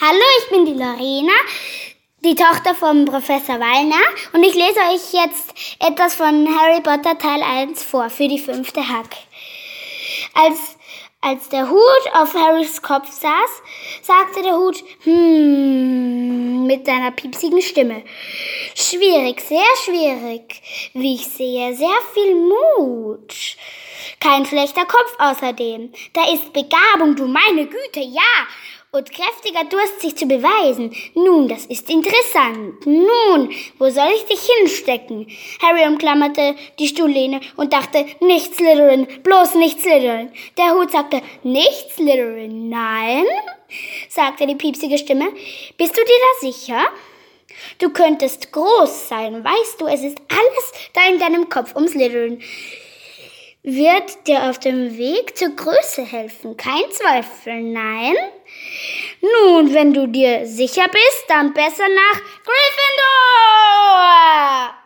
Hallo, ich bin die Lorena, die Tochter vom Professor Wallner, und ich lese euch jetzt etwas von Harry Potter Teil 1 vor für die 5. Hack. Als der Hut auf Harrys Kopf saß, sagte der Hut, mit seiner piepsigen Stimme. Schwierig, sehr schwierig. Wie ich sehe, sehr viel Mut. Kein schlechter Kopf außerdem. Da ist Begabung, du meine Güte, ja. Und kräftiger Durst, sich zu beweisen. Nun, das ist interessant. Nun, wo soll ich dich hinstecken? Harry umklammerte die Stuhllehne und dachte, nicht Slytherin, bloß nicht Slytherin. Der Hut sagte, nicht Slytherin, nein, sagte die piepsige Stimme. Bist du dir da sicher? Du könntest groß sein, weißt du, es ist alles da in deinem Kopf um Slytherin. Wird dir auf dem Weg zur Größe helfen, kein Zweifel, nein? Nun, wenn du dir sicher bist, dann besser nach Gryffindor!